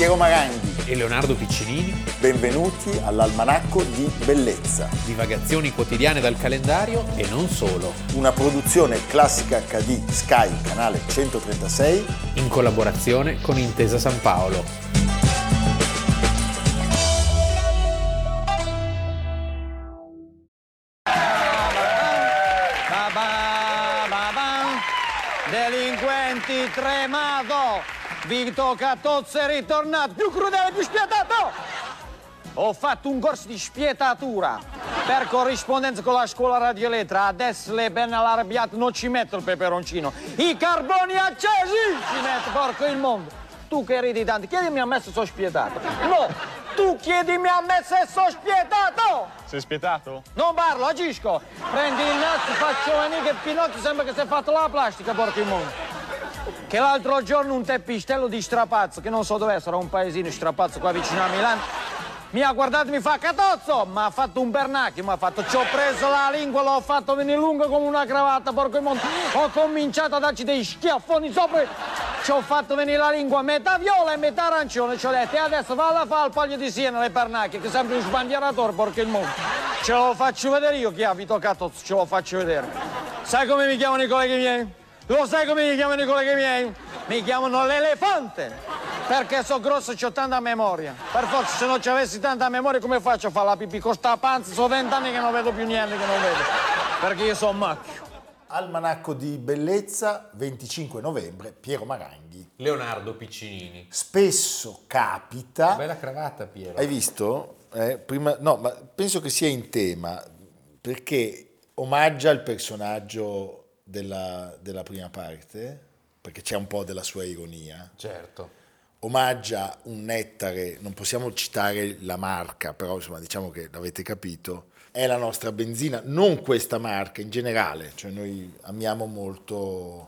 Piero Maranghi e Leonardo Piccinini. Benvenuti all'Almanacco di Bellezza. Divagazioni quotidiane dal calendario e non solo. Una produzione Classica HD Sky, canale 136. In collaborazione con Intesa San Paolo. Delinquenti tremato, Vito Catozzo è ritornato, più crudele, più spietato! Ho fatto un corso di spietatura per corrispondenza con la scuola radioelettra. Adesso le penne all'arrabbiate non ci metto il peperoncino, i carboni accesi ci metto, porco il mondo. Tu che ridi tanto, chiedimi a me se sono spietato. No, tu chiedimi a me se sono spietato! Sei spietato? Non parlo, agisco. Prendi il nastro, faccio venire che Pinocchio sembra che si è fatto la plastica, porco il mondo. Che l'altro giorno un teppistello di Strapazzo, che non so dove sarà un paesino Strapazzo qua vicino a Milano, mi ha guardato e mi fa: Catozzo! Mi ha fatto un bernacchio, mi ha fatto, ci ho preso la lingua, l'ho fatto venire lungo come una cravatta, porco il mondo. Ho cominciato a darci dei schiaffoni sopra, ci ho fatto venire la lingua metà viola e metà arancione, ci ho detto: e adesso valla a fare il foglio di siena, le pernacchie, che è sempre un sbandieratore, porco il mondo. Ce lo faccio vedere io chi ha Vito Catozzo, ce lo faccio vedere. Sai come mi chiamano i colleghi miei? Lo sai come mi chiamano i colleghi miei? Mi chiamano l'elefante, perché so grosso e ho tanta memoria. Per forza, se non ci avessi tanta memoria, come faccio a fare la pipì con sta panza? Sono 20 anni che non vedo più niente, che non vedo, perché io sono macchio. Almanacco di Bellezza, 25 novembre, Piero Maranghi. Leonardo Piccinini. Spesso capita... Bella cravatta, Piero. Hai visto? Prima, no, ma penso che sia in tema, perché omaggia il personaggio della prima parte, perché c'è un po' della sua ironia. Certo. Omaggia un nettare, non possiamo citare la marca, però insomma diciamo che l'avete capito, è la nostra benzina, non questa marca, in generale, cioè noi amiamo molto,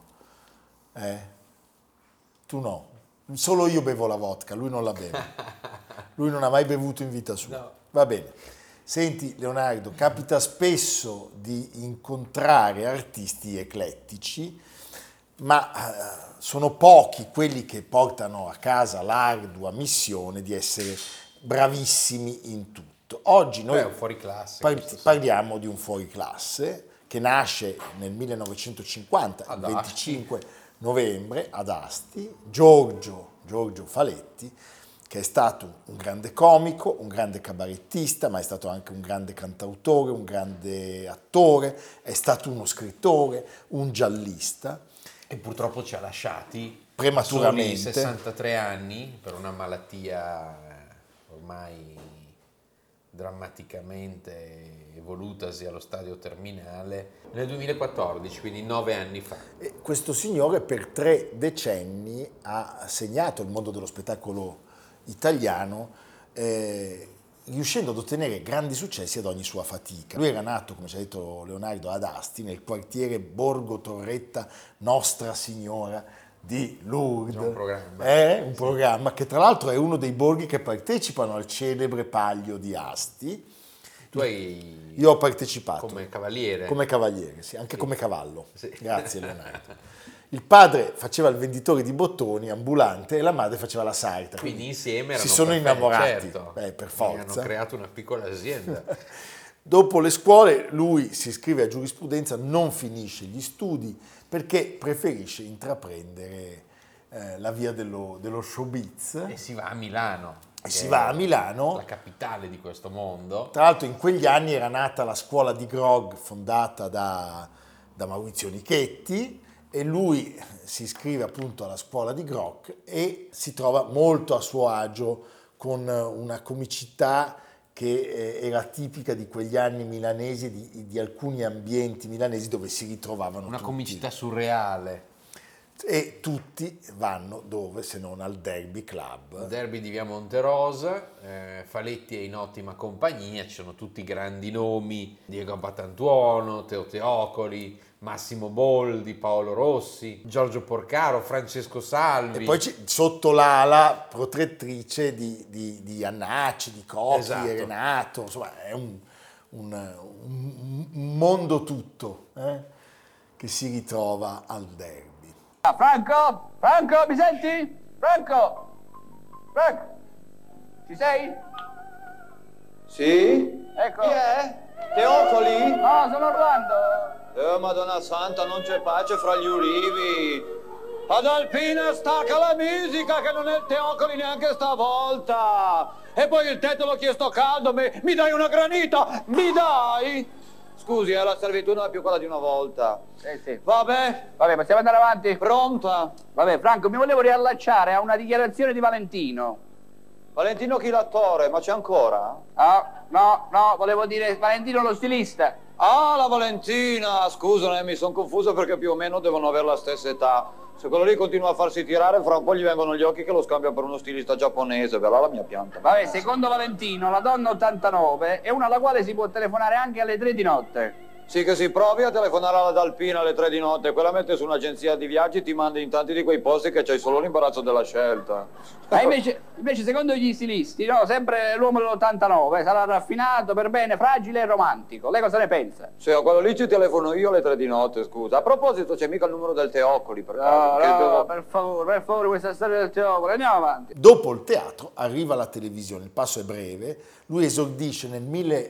tu no, solo io bevo la vodka, lui non la beve, lui non ha mai bevuto in vita sua, no. Va bene. Senti Leonardo, capita spesso di incontrare artisti eclettici, ma sono pochi quelli che portano a casa l'ardua missione di essere bravissimi in tutto. Oggi noi parliamo di un fuoriclasse che nasce nel 1950, il 25 novembre ad Asti, Giorgio Faletti, che è stato un grande comico, un grande cabarettista, ma è stato anche un grande cantautore, un grande attore, è stato uno scrittore, un giallista. E purtroppo ci ha lasciati prematuramente. A soli 63 anni per una malattia ormai drammaticamente evolutasi allo stadio terminale nel 2014, quindi 9 anni fa. E questo signore per 3 decenni ha segnato il mondo dello spettacolo italiano, riuscendo ad ottenere grandi successi ad ogni sua fatica. Lui era nato, come ci ha detto Leonardo, ad Asti, nel quartiere Borgo Torretta Nostra Signora di Lourdes. C'è un programma. È un programma che tra l'altro è uno dei borghi che partecipano al celebre Palio di Asti. Io ho partecipato. Come cavaliere? Come cavaliere, sì, anche come cavallo. Sì. Grazie Leonardo. Il padre faceva il venditore di bottoni ambulante e la madre faceva la sarta. Quindi insieme erano si sono innamorati, certo. Per forza. Hanno creato una piccola azienda. Dopo le scuole lui si iscrive a giurisprudenza, non finisce gli studi perché preferisce intraprendere la via dello showbiz. E si va a Milano. La capitale di questo mondo. Tra l'altro in quegli anni era nata la scuola di Grog fondata da Maurizio Nichetti, e lui si iscrive appunto alla scuola di Grog e si trova molto a suo agio con una comicità che era tipica di quegli anni milanesi, di alcuni ambienti milanesi dove si ritrovavano una tutti. comicità surreale. E tutti vanno dove se non al Derby Club. Il Derby di Via Monterosa, Faletti è in ottima compagnia, ci sono tutti i grandi nomi, Diego Batantuono, Teo Teocoli, Massimo Boldi, Paolo Rossi, Giorgio Porcaro, Francesco Salvi. E poi sotto l'ala protettrice di Annacci, di Cocchi, esatto. E Renato, insomma è un mondo tutto che si ritrova al Derby. Franco, mi senti? Franco! Frank, ci sei? Sì? Ecco. Chi è? Teocoli? No, sono Orlando. Madonna Santa, non c'è pace fra gli ulivi. Ad Alpina stacca la musica che non è il Teocoli neanche stavolta. E poi il tetto l'ho chiesto caldo, mi dai una granita? Mi dai? Scusi, la servitù non è più quella di una volta. Sì. Vabbè, Possiamo andare avanti? pronta? Vabbè, Franco, mi volevo riallacciare a una dichiarazione di Valentino. Valentino chi l'attore, ma c'è ancora? No, volevo dire Valentino lo stilista. Ah, la Valentina, scusa, mi sono confuso perché più o meno devono avere la stessa età. Se quello lì continua a farsi tirare, fra un po' gli vengono gli occhi che lo scambia per uno stilista giapponese, verrà la mia pianta. Vabbè, secondo Valentino, la donna 89 è una alla quale si può telefonare anche alle 3 di notte. Sì, che si provi a telefonare alla Alpina alle 3 di notte, quella mette su un'agenzia di viaggi e ti manda in tanti di quei posti che c'hai solo l'imbarazzo della scelta. Ma invece secondo gli stilisti, no, sempre l'uomo dell'89 sarà raffinato, per bene, fragile e romantico. Lei cosa ne pensa? Sì, a quello lì ci telefono io alle 3 di notte, scusa. A proposito, c'è mica il numero del Teocoli, per caso? No, per favore, questa storia del Teocoli, andiamo avanti. Dopo il teatro arriva la televisione, il passo è breve, lui esordisce nel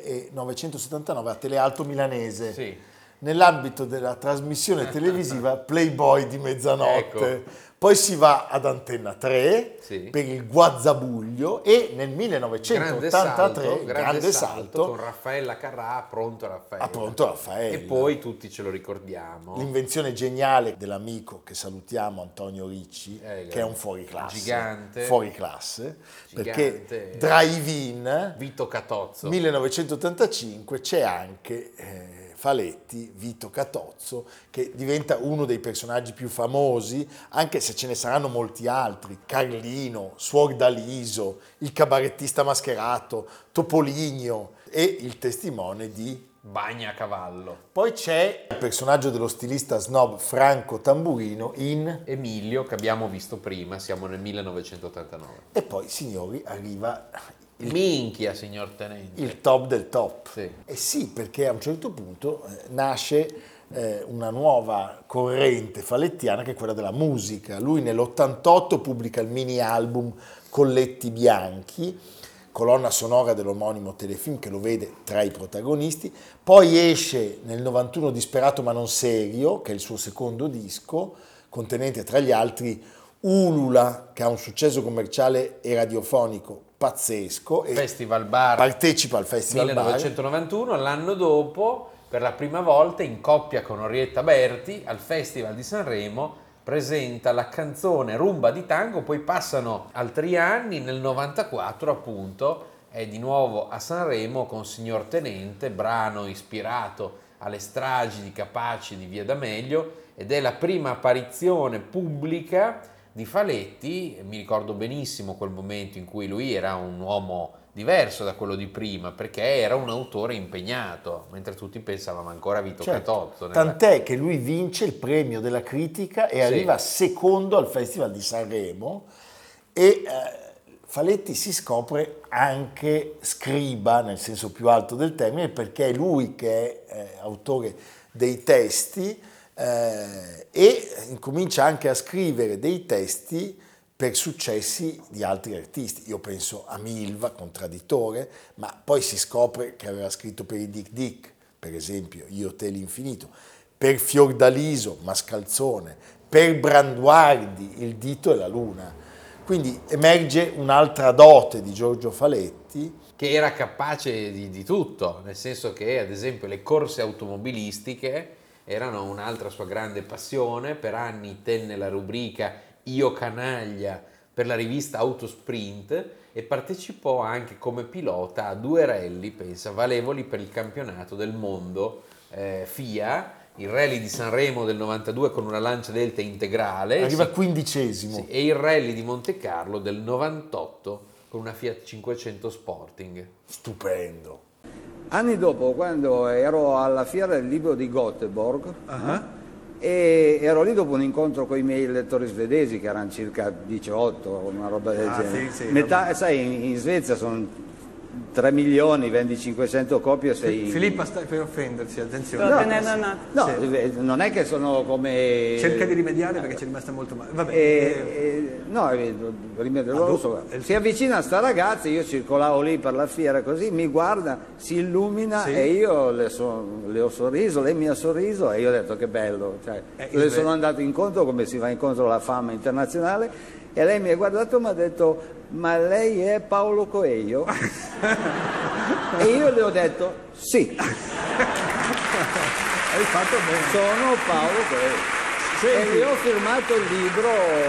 1979 a Telealto Milanese, Sì. nell'ambito della trasmissione televisiva Playboy di mezzanotte. Ecco. Poi si va ad Antenna 3 Sì. per il Guazzabuglio e nel 1983 grande salto con Raffaella Carrà, Pronto Raffaella. a Pronto Raffaella. E poi tutti ce lo ricordiamo. L'invenzione geniale dell'amico che salutiamo, Antonio Ricci, che è un fuoriclasse. Gigante. Fuoriclasse, Gigante. perché Drive-In, Vito Catozzo. 1985, c'è anche Faletti, Vito Catozzo, che diventa uno dei personaggi più famosi, anche se ce ne saranno molti altri. Carlino, Suor Daliso, il cabarettista mascherato, Topoligno e il testimone di Bagnacavallo. Poi c'è il personaggio dello stilista snob Franco Tamburino in... Emilio, che abbiamo visto prima, siamo nel 1989. E poi, signori, arriva Minchia, signor Tenente. il top del top. Sì. E sì, perché a un certo punto nasce una nuova corrente falettiana che è quella della musica. Lui nell'88 pubblica il mini album Colletti Bianchi, colonna sonora dell'omonimo telefilm che lo vede tra i protagonisti. Poi esce nel 91 Disperato ma non serio, che è il suo secondo disco, contenente tra gli altri Ulula, che ha un successo commerciale e radiofonico pazzesco, e Festival Bar partecipa al Festival 1991, l'anno dopo, per la prima volta in coppia con Orietta Berti, al Festival di Sanremo presenta la canzone Rumba di Tango. Poi passano altri anni, nel 94 appunto è di nuovo a Sanremo con Signor Tenente, brano ispirato alle stragi di Capaci di Via D'Amelio, ed è la prima apparizione pubblica di Faletti. Mi ricordo benissimo quel momento in cui lui era un uomo diverso da quello di prima, perché era un autore impegnato, mentre tutti pensavamo ancora a Vito Catozzo. Tant'è che lui vince il premio della critica e arriva secondo al Festival di Sanremo, e Faletti si scopre anche scriba, nel senso più alto del termine, perché è lui che è autore dei testi, e incomincia anche a scrivere dei testi per successi di altri artisti. Io penso a Milva, Contradditore, ma poi si scopre che aveva scritto per i Dick Dick, per esempio, Io te l'infinito, per Fiordaliso, Mascalzone, per Branduardi, Il dito e la luna. Quindi emerge un'altra dote di Giorgio Faletti, che era capace di tutto, nel senso che ad esempio le corse automobilistiche erano un'altra sua grande passione. Per anni tenne la rubrica Io canaglia per la rivista Autosprint e partecipò anche come pilota a 2 rally, pensa, valevoli per il campionato del mondo FIA, il rally di Sanremo del 92 con una Lancia Delta integrale, arriva 15esimo, sì, e il rally di Monte Carlo del 98 con una Fiat 500 Sporting. Stupendo. Anni dopo, quando ero alla fiera del libro di Göteborg, e ero lì dopo un incontro con i miei lettori svedesi, che erano circa 18, una roba del genere. Sì, Metà, sai, in Svezia sono 3 milioni, vendi 500 copie, sei... Filippa sta per offendersi, attenzione. No, non è che sono come... Cerca di rimediare perché ci è rimasta molto male. Vabbè. Si avvicina a sta ragazza, io circolavo lì per la fiera così, mi guarda, si illumina, sì. E io le ho sorriso, lei mi ha sorriso e io ho detto che bello, cioè, le sono andato incontro come si va incontro alla fama internazionale e lei mi ha guardato e mi ha detto: ma lei è Paolo Coelho? E io le ho detto sì. Hai fatto bene. Sono Paolo Coelho. E le ho firmato il libro.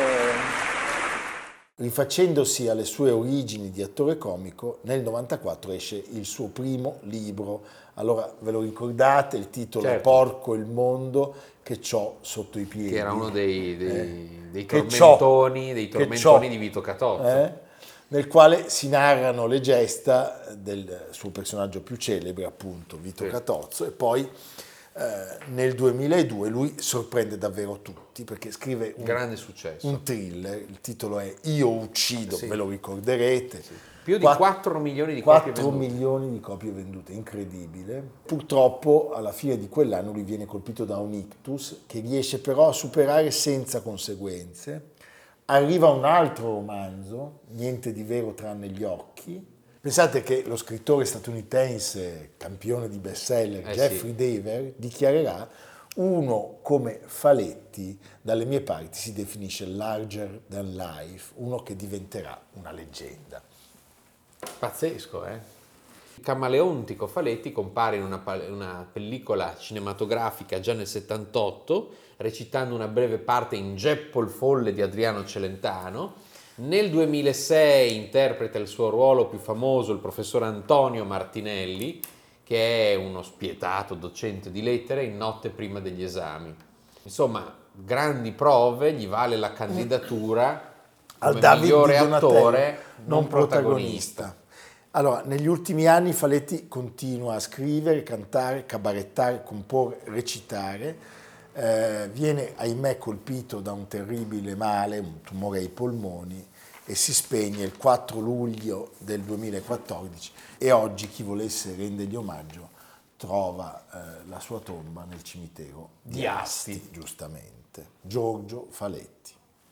Rifacendosi alle sue origini di attore comico, nel 94 esce il suo primo libro. Allora, ve lo ricordate? Il titolo è Porco il mondo che c'ho sotto i piedi. Che era uno dei tormentoni di Vito Catozzo. Nel quale si narrano le gesta del suo personaggio più celebre, appunto, Vito Catozzo, e poi nel 2002 lui sorprende davvero tutti perché scrive grande successo. Un thriller, il titolo è Io uccido, ve lo ricorderete. Sì. Più di 4 milioni di copie vendute. 4 milioni di copie vendute, incredibile. Purtroppo alla fine di quell'anno lui viene colpito da un ictus che riesce però a superare senza conseguenze. Arriva un altro romanzo, Niente di vero tranne gli occhi. Pensate che lo scrittore statunitense, campione di bestseller, Jeffrey Deaver, dichiarerà: uno come Faletti, dalle mie parti, si definisce larger than life, uno che diventerà una leggenda. Pazzesco, eh? Il camaleontico Faletti compare in una pellicola cinematografica già nel 78, recitando una breve parte in Geppo il folle di Adriano Celentano. Nel 2006 interpreta il suo ruolo più famoso, il professor Antonio Martinelli, che è uno spietato docente di lettere in Notte prima degli esami. Insomma, grandi prove, gli vale la candidatura al come migliore Donatello, attore non protagonista. Allora, negli ultimi anni Faletti continua a scrivere, cantare, cabarettare, comporre, recitare. Viene, ahimè, colpito da un terribile male, un tumore ai polmoni, e si spegne il 4 luglio del 2014 e oggi chi volesse rendergli omaggio trova la sua tomba nel cimitero di Asti, giustamente. Giorgio Faletti.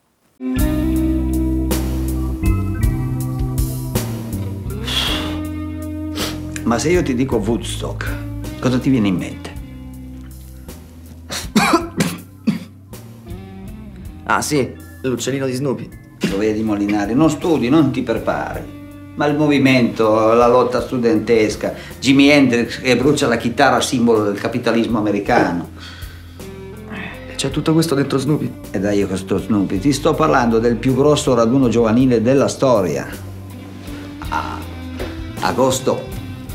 Ma se io ti dico Woodstock, cosa ti viene in mente? Ah sì, l'uccellino di Snoopy. Lo vedi, Molinari, non studi, non ti prepari. Ma il movimento, la lotta studentesca, Jimi Hendrix che brucia la chitarra, simbolo del capitalismo americano. C'è tutto questo dentro Snoopy? E dai, io questo Snoopy, ti sto parlando del più grosso raduno giovanile della storia. Agosto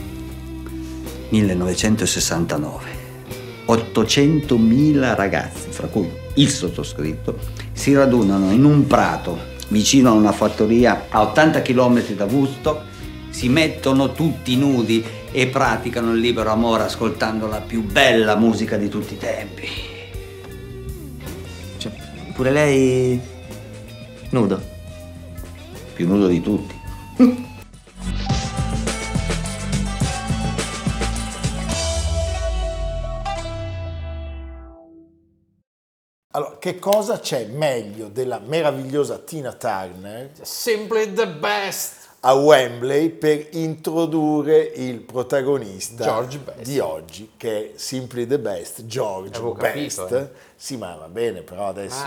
1969. 800.000 ragazzi, fra cui il sottoscritto, si radunano in un prato vicino a una fattoria a 80 km da Woodstock, si mettono tutti nudi e praticano il libero amore ascoltando la più bella musica di tutti i tempi. Cioè, pure lei nudo? Più nudo di tutti. Allora, che cosa c'è meglio della meravigliosa Tina Turner Simply the best a Wembley per introdurre il protagonista George Best di oggi, che è Simply the Best, George Best. Capito, Sì, ma va bene, però adesso...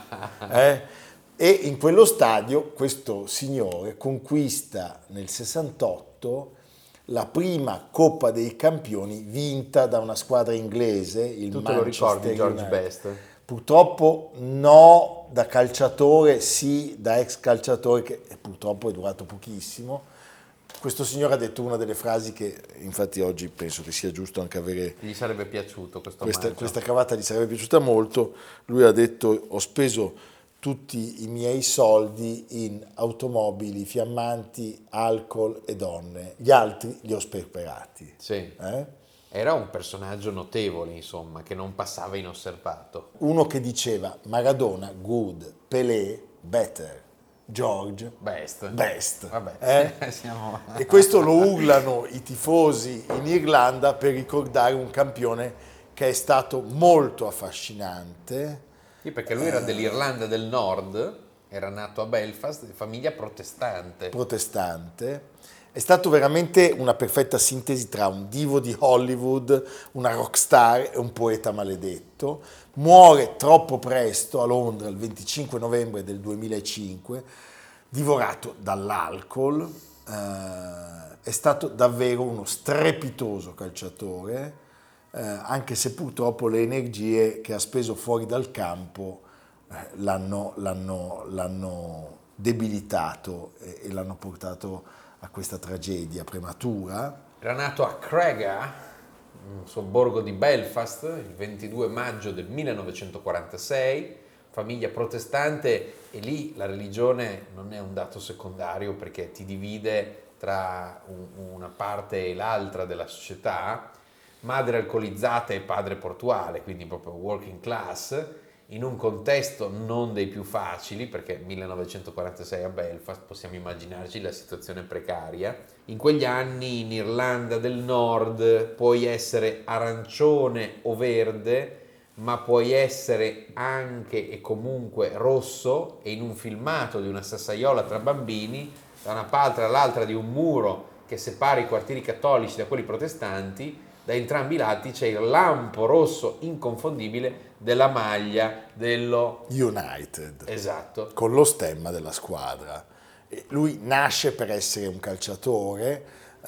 E in quello stadio questo signore conquista nel 68 la prima Coppa dei Campioni vinta da una squadra inglese, il Tu te lo ricordi, George United. Best? Purtroppo no da calciatore, sì da ex calciatore, che purtroppo è durato pochissimo. Questo signore ha detto una delle frasi che infatti oggi penso che sia giusto anche avere. Gli sarebbe piaciuto questa cravatta, gli sarebbe piaciuta molto. Lui ha detto: ho speso tutti i miei soldi in automobili, fiammanti, alcol e donne, gli altri li ho sperperati. Sì. Era un personaggio notevole, insomma, che non passava inosservato. Uno che diceva Maradona good, Pelé better. George Best. Best. Siamo... E questo lo urlano i tifosi in Irlanda per ricordare un campione che è stato molto affascinante. Sì, perché lui era dell'Irlanda del Nord, era nato a Belfast, di famiglia protestante. È stato veramente una perfetta sintesi tra un divo di Hollywood, una rockstar e un poeta maledetto. Muore troppo presto a Londra il 25 novembre del 2005, divorato dall'alcol. È stato davvero uno strepitoso calciatore, anche se purtroppo le energie che ha speso fuori dal campo l'hanno debilitato e l'hanno portato a questa tragedia prematura. Era nato a Cregagh, un sobborgo di Belfast, il 22 maggio del 1946, famiglia protestante, e lì la religione non è un dato secondario perché ti divide tra una parte e l'altra della società, madre alcolizzata e padre portuale, quindi proprio working class, in un contesto non dei più facili, perché 1946 a Belfast, possiamo immaginarci la situazione precaria. In quegli anni in Irlanda del Nord puoi essere arancione o verde, ma puoi essere anche e comunque rosso, e in un filmato di una sassaiola tra bambini, da una parte all'altra di un muro che separa i quartieri cattolici da quelli protestanti, da entrambi i lati c'è il lampo rosso inconfondibile della maglia dello United. Esatto. Con lo stemma della squadra. Lui nasce per essere un calciatore,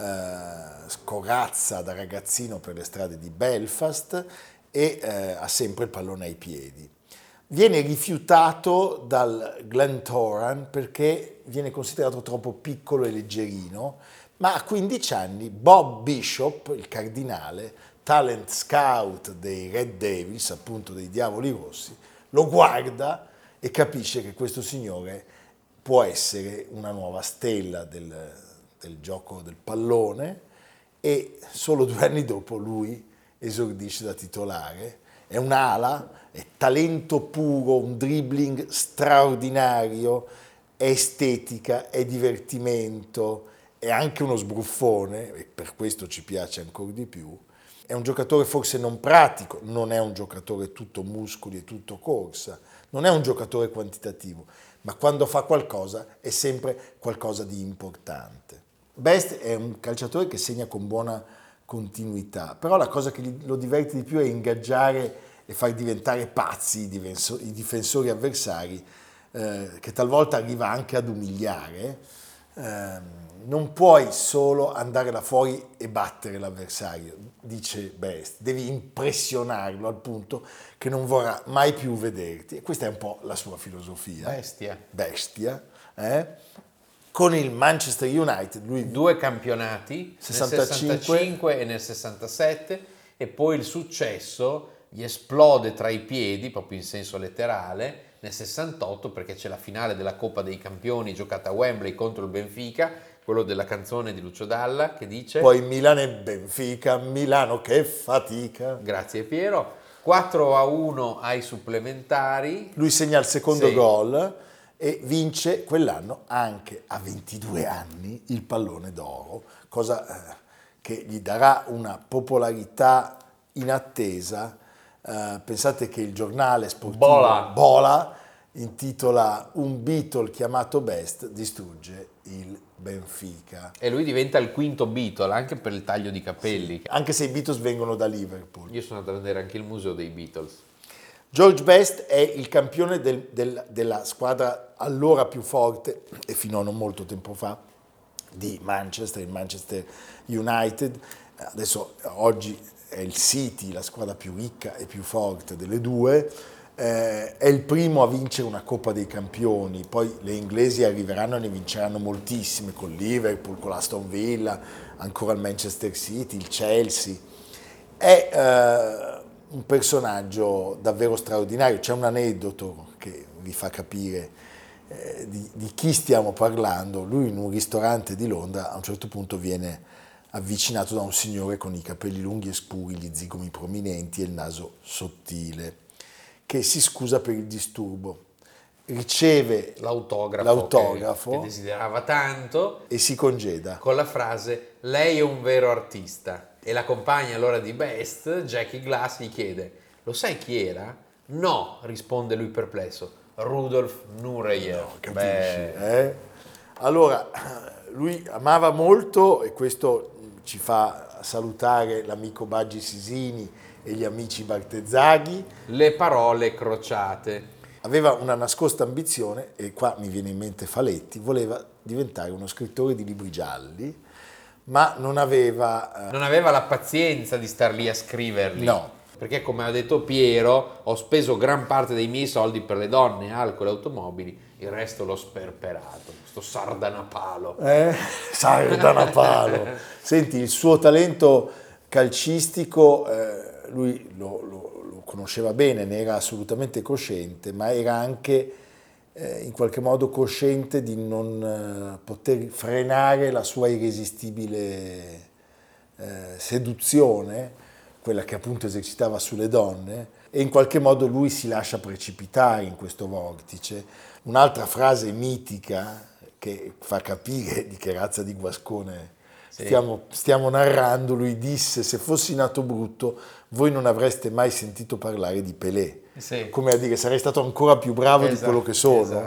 scorazza da ragazzino per le strade di Belfast e ha sempre il pallone ai piedi. Viene rifiutato dal Glentoran perché viene considerato troppo piccolo e leggerino, ma a 15 anni Bob Bishop, il cardinale, talent scout dei Red Devils, appunto dei Diavoli Rossi, lo guarda e capisce che questo signore può essere una nuova stella del gioco del pallone, e solo 2 anni dopo lui esordisce da titolare. È un'ala, è talento puro, un dribbling straordinario, è estetica, è divertimento, è anche uno sbruffone, e per questo ci piace ancora di più. È un giocatore forse non pratico, non è un giocatore tutto muscoli e tutto corsa, non è un giocatore quantitativo, ma quando fa qualcosa è sempre qualcosa di importante. Best è un calciatore che segna con buona continuità, però la cosa che lo diverte di più è ingaggiare e far diventare pazzi i difensori avversari, che talvolta arriva anche ad umiliare. Non puoi solo andare là fuori e battere l'avversario, dice Best, devi impressionarlo al punto che non vorrà mai più vederti, e questa è un po' la sua filosofia. Bestia. Con il Manchester United lui 2 campionati, 65. nel 65 e nel 67, e poi il successo gli esplode tra i piedi, proprio in senso letterale, nel 68, perché c'è la finale della Coppa dei Campioni giocata a Wembley contro il Benfica, quello della canzone di Lucio Dalla che dice: poi Milano e Benfica, Milano che fatica. Grazie Piero. 4-1 ai supplementari. Lui segna il secondo gol e vince quell'anno, anche a 22 anni, il Pallone d'Oro, cosa che gli darà una popolarità inattesa. Pensate che il giornale sportivo Bola intitola "Un Beatle chiamato Best distrugge il Benfica". E lui diventa il quinto Beatle, anche per il taglio di capelli. Sì, anche se i Beatles vengono da Liverpool. Io sono andato a vedere anche il museo dei Beatles. George Best è il campione della squadra allora più forte, e fino a non molto tempo fa, di Manchester, il Manchester United. Adesso, oggi, è il City, la squadra più ricca e più forte delle due. È il primo a vincere una Coppa dei Campioni, poi le inglesi arriveranno e ne vinceranno moltissime, con Liverpool, con l'Aston Villa, ancora il Manchester City, il Chelsea. È un personaggio davvero straordinario. C'è un aneddoto che vi fa capire di chi stiamo parlando. Lui, in un ristorante di Londra, a un certo punto viene avvicinato da un signore con i capelli lunghi e scuri, gli zigomi prominenti e il naso sottile, che si scusa per il disturbo. riceve l'autografo che desiderava tanto e si congeda con la frase "lei è un vero artista", e la compagna allora di Best, Jackie Glass, gli chiede "lo sai chi era?" "No", risponde lui perplesso, "Rudolf Nureyev". No, capisci? Allora, lui amava molto, e questo ci fa salutare l'amico Baggi Sisini e gli amici Bartezzaghi, le parole crociate. Aveva una nascosta ambizione, e qua mi viene in mente Faletti, voleva diventare uno scrittore di libri gialli, ma non aveva la pazienza di star lì a scriverli. No. Perché, come ha detto Piero, ho speso gran parte dei miei soldi per le donne, alcol e automobili, il resto l'ho sperperato, sto sardanapalo. Sardanapalo. Senti, il suo talento calcistico, lui lo conosceva bene, ne era assolutamente cosciente, ma era anche in qualche modo cosciente di non poter frenare la sua irresistibile seduzione, quella che appunto esercitava sulle donne, e in qualche modo lui si lascia precipitare in questo vortice. Un'altra frase mitica che fa capire di che razza di guascone stiamo narrando, lui disse: "Se fossi nato brutto, voi non avreste mai sentito parlare di Pelé". Come a dire, sarei stato ancora più bravo di quello che sono.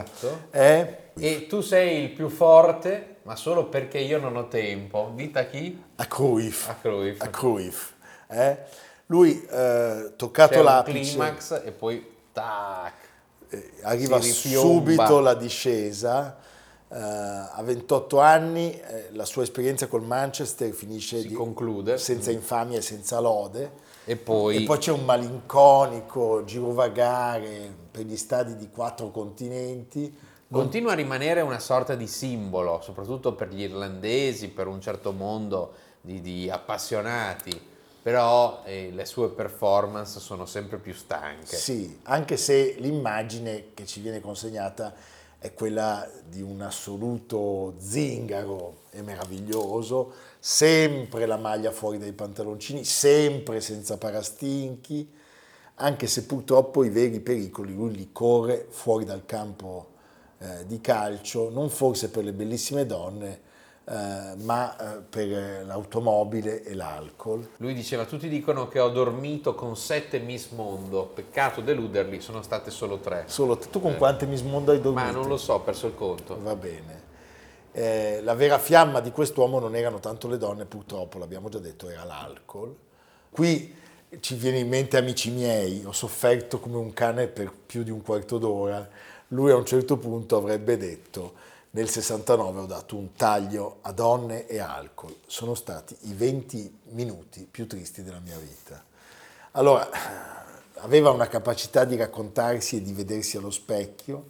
E tu sei il più forte, ma solo perché io non ho tempo. Dita a chi? A Cruyff. A Cruyff. Lui, toccato l'apice, climax e poi tac, arriva subito la discesa. A 28 anni la sua esperienza col Manchester conclude senza infamia e senza lode, e poi c'è un malinconico girovagare per gli stadi di 4 continenti. Continua a rimanere una sorta di simbolo, soprattutto per gli irlandesi, per un certo mondo di appassionati, però le sue performance sono sempre più stanche. Sì, anche se l'immagine che ci viene consegnata è quella di un assoluto zingaro e meraviglioso, sempre la maglia fuori dai pantaloncini, sempre senza parastinchi, anche se purtroppo i veri pericoli lui li corre fuori dal campo di calcio, non forse per le bellissime donne, ma per l'automobile e l'alcol. Lui diceva: tutti dicono che ho dormito con 7 Miss Mondo, peccato deluderli, sono state solo 3. Tu con quante Miss Mondo hai dormito? Ma non lo so, ho perso il conto. Va bene. La vera fiamma di quest'uomo non erano tanto le donne, purtroppo, l'abbiamo già detto, era l'alcol. Qui ci viene in mente Amici miei, ho sofferto come un cane per più di un quarto d'ora. Lui a un certo punto avrebbe detto: nel 69 ho dato un taglio a donne e alcol, sono stati i 20 minuti più tristi della mia vita. Allora, aveva una capacità di raccontarsi e di vedersi allo specchio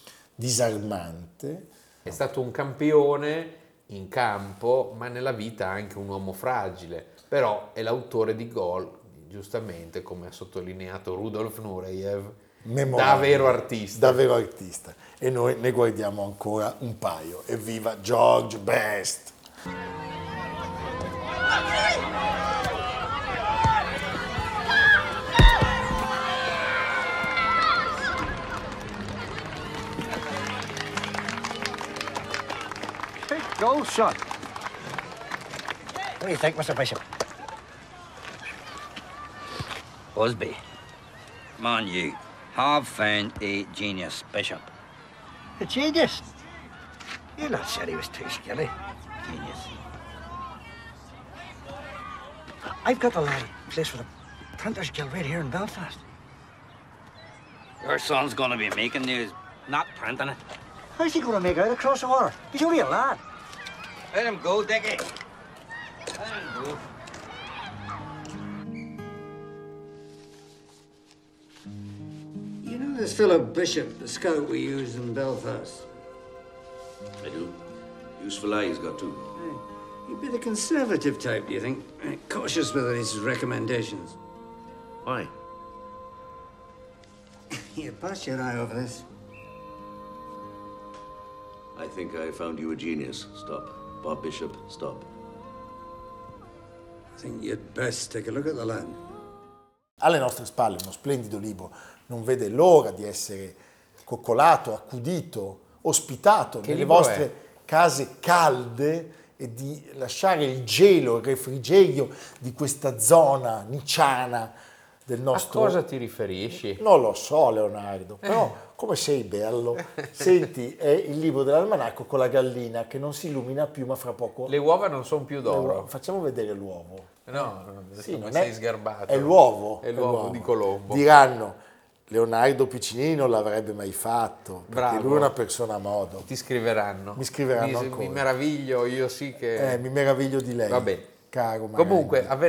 disarmante. È stato un campione in campo, ma nella vita anche un uomo fragile, però è l'autore di gol, giustamente, come ha sottolineato Rudolf Nureyev, da vero artista. Da vero artista. E noi ne guardiamo ancora un paio. Evviva George Best! Big goal shot. What do you think, Mr. Bishop? Busby, man, you have found a genius, Bishop. A genius? You not said he was too skilly. Genius. I've got the lad place for the Printers Guild right here in Belfast. Your son's gonna be making news, not printing it. How's he going to make out across the water? He's only a lad. Let him go, Dickie. Let him go. You know this fellow Bishop, the scout we used in Belfast? I do. Useful eye he's got too. He'd be the conservative type, do you think? Cautious with his recommendations. Why? You pass your eye over this. I think I found you a genius. Stop. Bob Bishop, stop. I think you'd best take a look at the lad. Alle nostre spalle uno splendido libro, non vede l'ora di essere coccolato, accudito, ospitato Che nelle libro vostre case calde e di lasciare il gelo, il refrigerio di questa zona nicciana del nostro... A cosa ti riferisci? Non lo so, Leonardo, però come sei bello. Senti, è il libro dell'almanacco con la gallina che non si illumina più, ma fra poco... Le uova non sono più d'oro. Facciamo vedere l'uovo. No, Sì, non sei è- sgarbato. È l'uovo. È l'uovo di Colombo. Diranno, Leonardo Piccinini non l'avrebbe mai fatto, perché Bravo. lui è una persona a modo. Ti scriveranno. Mi scriveranno Mi ancora. meraviglio, io sì che... Mi meraviglio di lei. Vabbè. Caro Maranghi. Comunque a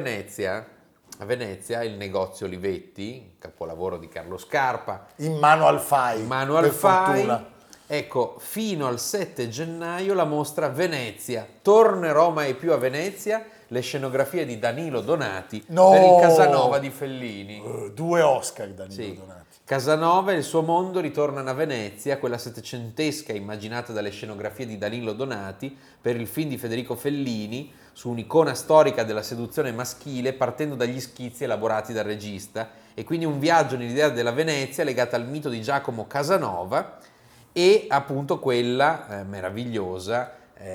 Venezia il negozio Olivetti, capolavoro di Carlo Scarpa, In mano al fai. Manual per Fai, fortuna. ecco, fino al 7 gennaio la mostra Venezia. Tornerò mai più a Venezia, le scenografie di Danilo Donati No! per il Casanova di Fellini. 2 Oscar, Danilo Sì. Donati. Casanova e il suo mondo ritornano a Venezia, quella settecentesca immaginata dalle scenografie di Danilo Donati per il film di Federico Fellini su un'icona storica della seduzione maschile partendo dagli schizzi elaborati dal regista, e quindi un viaggio nell'idea della Venezia legata al mito di Giacomo Casanova e appunto quella meravigliosa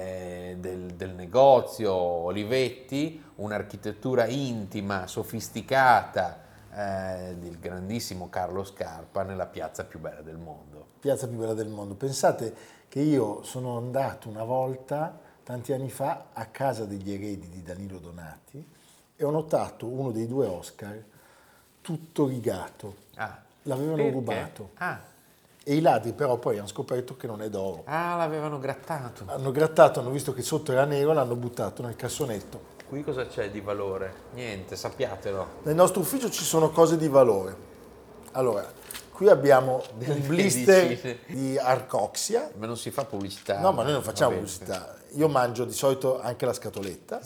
del negozio Olivetti, un'architettura intima, sofisticata del grandissimo Carlo Scarpa nella piazza più bella del mondo. Piazza più bella del mondo. Pensate che io sono andato una volta, tanti anni fa, a casa degli eredi di Danilo Donati e ho notato uno dei 2 Oscar tutto rigato. L'avevano perché? rubato. Ah, E i ladri però poi hanno scoperto che non è d'oro. l'avevano grattato. Hanno grattato, hanno visto che sotto era nero, l'hanno buttato nel cassonetto. Qui cosa c'è di valore? Niente, sappiatelo. Nel nostro ufficio ci sono cose di valore. Allora, qui abbiamo un blister di Arcoxia. Ma non si fa pubblicità. No, ma noi non facciamo Va bene. pubblicità. Io mangio di solito anche la scatoletta.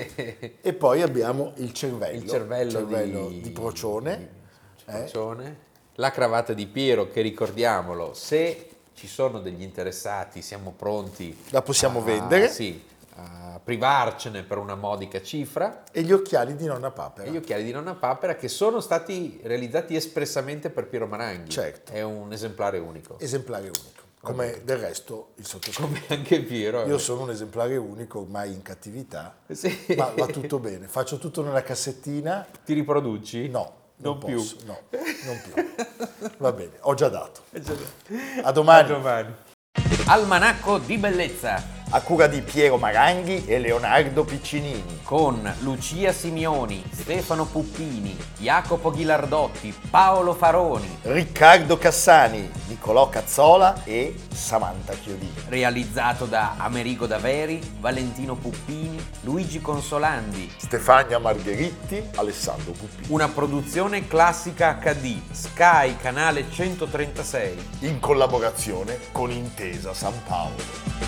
E poi abbiamo il cervello. Il cervello di procione. Procione. La cravatta di Piero, che ricordiamolo, se ci sono degli interessati siamo pronti. La possiamo vendere. Sì, a privarcene per una modica cifra. E gli occhiali di Nonna Papera. E gli occhiali di Nonna Papera, che sono stati realizzati espressamente per Piero Maranghi. Certo. È un esemplare unico. Esemplare unico. Come del resto il sottoscritto. Come anche Piero. Io sono un esemplare unico, ormai in cattività. Sì. Ma va tutto bene. Faccio tutto nella cassettina. Ti riproduci? No. Non più. Posso, no, non più. Va bene, ho già dato. A domani. A domani. Almanacco di bellezza. A cura di Piero Maranghi e Leonardo Piccinini. Con Lucia Simioni, Stefano Puppini, Jacopo Ghilardotti, Paolo Faroni. Riccardo Cassani, Nicolò Cazzola e Samantha Chiodini. Realizzato da Amerigo Daveri, Valentino Puppini, Luigi Consolandi. Stefania Margheritti, Alessandro Puppini. Una produzione Classica HD, Sky, canale 136. In collaborazione con Intesa San Paolo.